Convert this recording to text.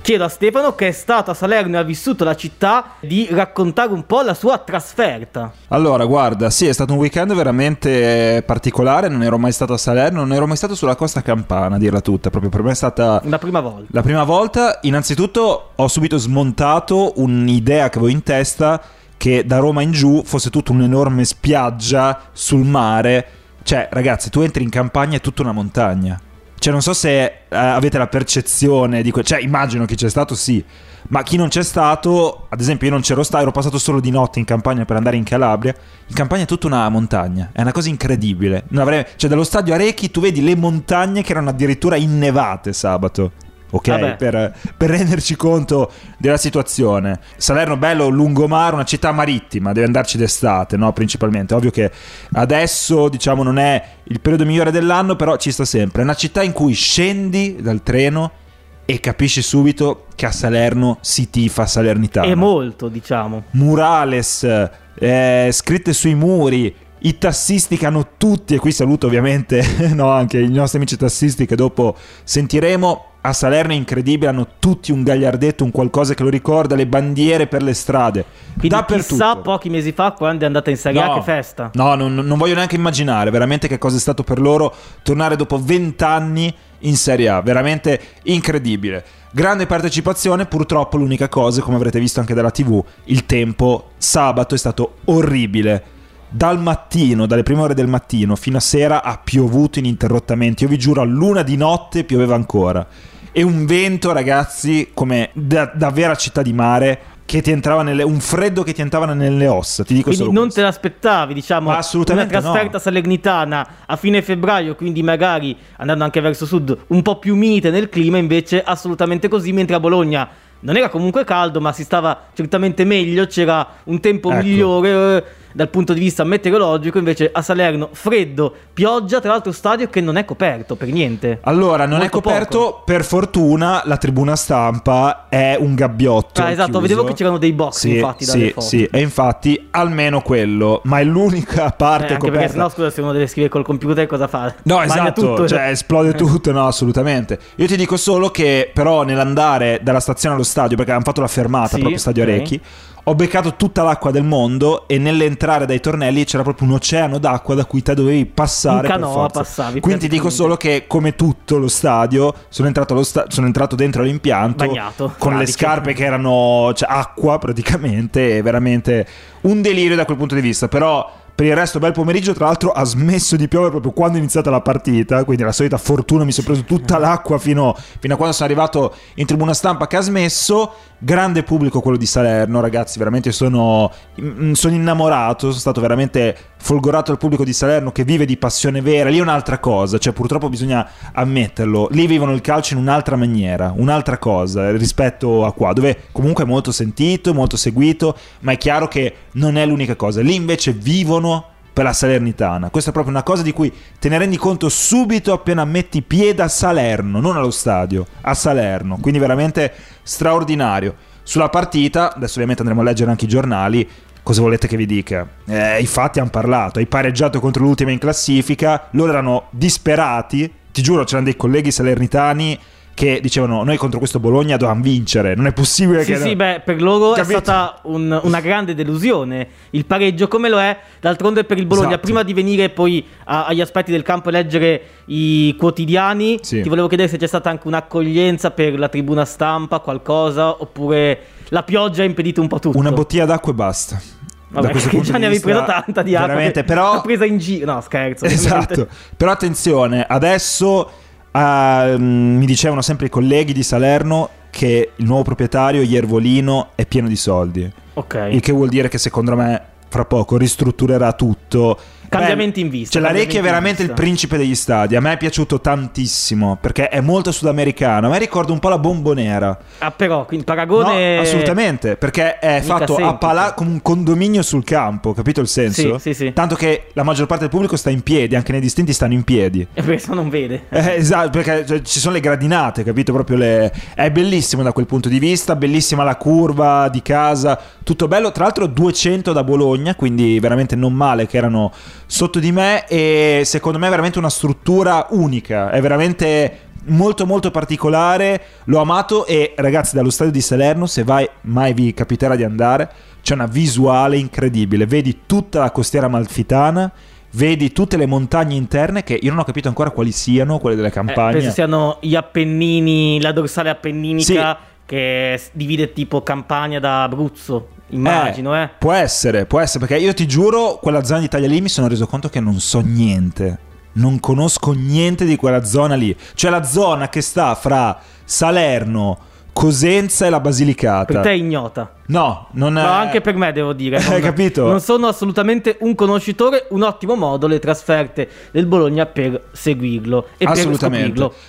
chiedo a Stefano, che è stato a Salerno e ha vissuto la città, di raccontare un po' la sua trasferta. Allora, guarda, sì, è stato un weekend veramente particolare. Non ero mai stato a Salerno, non ero mai stato sulla costa campana, a dirla tutta. Proprio per me è stata La prima volta. la prima volta. Innanzitutto ho subito smontato un'idea che avevo in testa, che da Roma in giù fosse tutta un'enorme spiaggia sul mare. Cioè, ragazzi, tu entri in campagna, è tutta una montagna. Cioè, non so se avete la percezione di cioè, immagino chi c'è stato, sì. Ma chi non c'è stato, ad esempio io non c'ero stato, ero passato solo di notte in campagna per andare in Calabria. In campagna è tutta una montagna, è una cosa incredibile. Cioè, dallo stadio Arechi tu vedi le montagne che erano addirittura innevate sabato. Ok, per renderci conto della situazione. Salerno, bello, lungomare, una città marittima, deve andarci d'estate, no? Principalmente. Ovvio che adesso, diciamo, non è il periodo migliore dell'anno, però ci sta sempre. È una città in cui scendi dal treno e capisci subito che a Salerno si tifa Salernitana. E molto, diciamo. Murales, scritte sui muri, i tassisti che hanno tutti, e qui saluto ovviamente no, anche i nostri amici tassisti che dopo sentiremo. A Salerno è incredibile, hanno tutti un gagliardetto, un qualcosa che lo ricorda, le bandiere per le strade. Quindi chissà pochi mesi fa quando è andata in Serie A, che festa. No, non voglio neanche immaginare veramente che cosa è stato per loro tornare dopo 20 anni in Serie A, veramente incredibile. Grande partecipazione, purtroppo l'unica cosa, come avrete visto anche dalla TV, il tempo sabato è stato orribile. Dal mattino, dalle prime ore del mattino fino a sera ha piovuto ininterrottamente. Io vi giuro, a 1 di notte pioveva ancora. E un vento, ragazzi, come da vera città di mare, che ti entrava un freddo che ti entrava nelle ossa. Ti dico. Quindi solo non questo. te l'aspettavi, diciamo, assolutamente una trasferta salernitana a fine febbraio, quindi magari andando anche verso sud un po' più mite nel clima, invece assolutamente così, mentre a Bologna non era comunque caldo, ma si stava certamente meglio, c'era un tempo migliore dal punto di vista meteorologico. Invece a Salerno freddo, pioggia, tra l'altro stadio che non è coperto per niente. Allora, non molto è coperto, poco. Per fortuna la tribuna stampa è un gabbiotto esatto, chiuso. vedevo che c'erano dei box, infatti, dalle foto. Sì, e infatti almeno quello, ma è l'unica parte anche coperta. perché sennò, scusa, se uno deve scrivere col computer cosa fa? No, Bagna esatto, tutto. cioè esplode tutto, no, assolutamente. Io ti dico solo che però nell'andare dalla stazione allo stadio, perché hanno fatto la fermata proprio stadio Arechi, ho beccato tutta l'acqua del mondo e nell'entrare dai tornelli c'era proprio un oceano d'acqua da cui te dovevi passare in canoa, per forza. passavi. Quindi ti dico solo che, come tutto lo stadio, sono entrato dentro l'impianto bagnato, con le scarpe che erano, cioè, acqua praticamente, è veramente un delirio da quel punto di vista. Però per il resto bel pomeriggio, tra l'altro ha smesso di piovere proprio quando è iniziata la partita, quindi la solita fortuna, mi sono preso tutta l'acqua fino a quando sono arrivato in tribuna stampa che ha smesso. Grande pubblico quello di Salerno, ragazzi, veramente sono innamorato, sono stato veramente folgorato dal pubblico di Salerno, che vive di passione vera. Lì è un'altra cosa, cioè purtroppo bisogna ammetterlo, lì vivono il calcio in un'altra maniera, un'altra cosa rispetto a qua, dove comunque è molto sentito, molto seguito, ma è chiaro che non è l'unica cosa. Lì invece vivono per la Salernitana. Questa è proprio una cosa di cui te ne rendi conto subito appena metti piede a Salerno, non allo stadio, a Salerno. Quindi veramente straordinario. Sulla partita, adesso ovviamente andremo a leggere anche i giornali. Cosa volete che vi dica? I fatti hanno parlato. Hai pareggiato contro l'ultima in classifica, loro erano disperati, ti giuro, c'erano dei colleghi salernitani che dicevano: noi contro questo Bologna dovevamo vincere, non è possibile che... Sì, beh, per loro capito? è stata una grande delusione il pareggio, come lo è d'altronde per il Bologna. Esatto. Prima di venire poi agli aspetti del campo e leggere i quotidiani, ti volevo chiedere se c'è stata anche un'accoglienza per la tribuna stampa, qualcosa, oppure la pioggia ha impedito un po' tutto. Una bottiglia d'acqua e basta. Vabbè, che già ne avevi presa tanta di acqua, veramente, però... l'ho presa in giro, no scherzo. Esatto, però attenzione, adesso mi dicevano sempre i colleghi di Salerno che il nuovo proprietario, Iervolino, è pieno di soldi. Ok. Il che vuol dire che secondo me fra poco ristrutturerà tutto. Cambiamenti in vista. Cioè, l'Arechi è veramente il principe degli stadi. A me è piaciuto tantissimo perché è molto sudamericano. A me ricorda un po' la Bombonera. Ah, però, quindi paragone... No, assolutamente, perché è fatto come un condominio sul campo, capito il senso? Sì. Tanto che la maggior parte del pubblico sta in piedi, anche nei distinti stanno in piedi. E questo non vede. Esatto, perché cioè, ci sono le gradinate, capito? Proprio è bellissimo da quel punto di vista, bellissima la curva di casa, tutto bello. Tra l'altro 200 da Bologna, quindi veramente non male, che erano sotto di me, e secondo me è veramente una struttura unica, è veramente molto molto particolare, l'ho amato. E ragazzi, dallo stadio di Salerno, se mai vi capiterà di andare, c'è una visuale incredibile, vedi tutta la costiera amalfitana, vedi tutte le montagne interne, che io non ho capito ancora quali siano, quelle delle campagne. Penso siano gli Appennini, la dorsale appenninica, Sì. che divide tipo Campania da Abruzzo, immagino. Può essere, perché io ti giuro, quella zona di Italia lì mi sono reso conto che non so niente, non conosco niente di quella zona lì, cioè la zona che sta fra Salerno, Cosenza e la Basilicata. Per te è ignota. No, non è... Ma anche per me, devo dire. Hai capito? Non sono assolutamente un conoscitore. Un ottimo modo le trasferte del Bologna per seguirlo e per Assolutamente. scoprirlo.